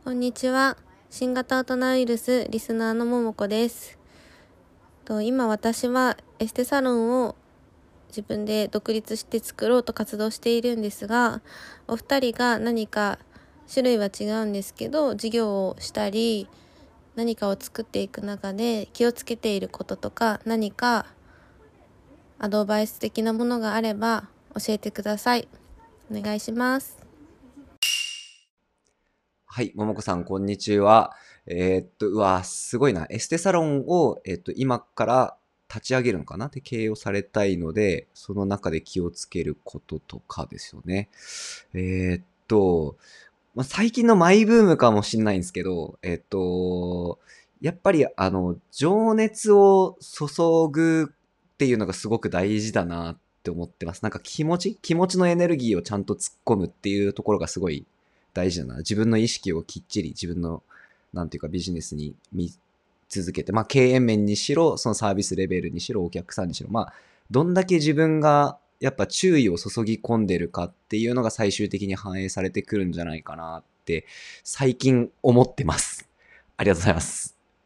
こんにちは。新型コロナウイルスリスナーのももこです。今私はエステサロンを自分で独立して作ろうと活動しているんですが、お二人が何か種類は違うんですけど、事業をしたり何かを作っていく中で気をつけていることとか、何かアドバイス的なものがあれば教えてください。お願いします。 はい、ももこさん、こんにちは。すごいな。エステサロンを、今から立ち上げるのかなで、経営をされたいので、その中で気をつけることとかですよね。えーっと、最近のマイブームかもしれないんですけど、やっぱり、情熱を注ぐっていうのがすごく大事だなって思ってます。なんか気持ちのエネルギーをちゃんと突っ込むっていうところがすごい大事だな。自分の意識をきっちり自分の、なんていうかビジネスに見続けて、経営面にしろ、そのサービスレベルにしろ、お客さんにしろ、どんだけ自分がやっぱ注意を注ぎ込んでるかっていうのが最終的に反映されてくるんじゃないかなって最近思ってます。ありがとうございます。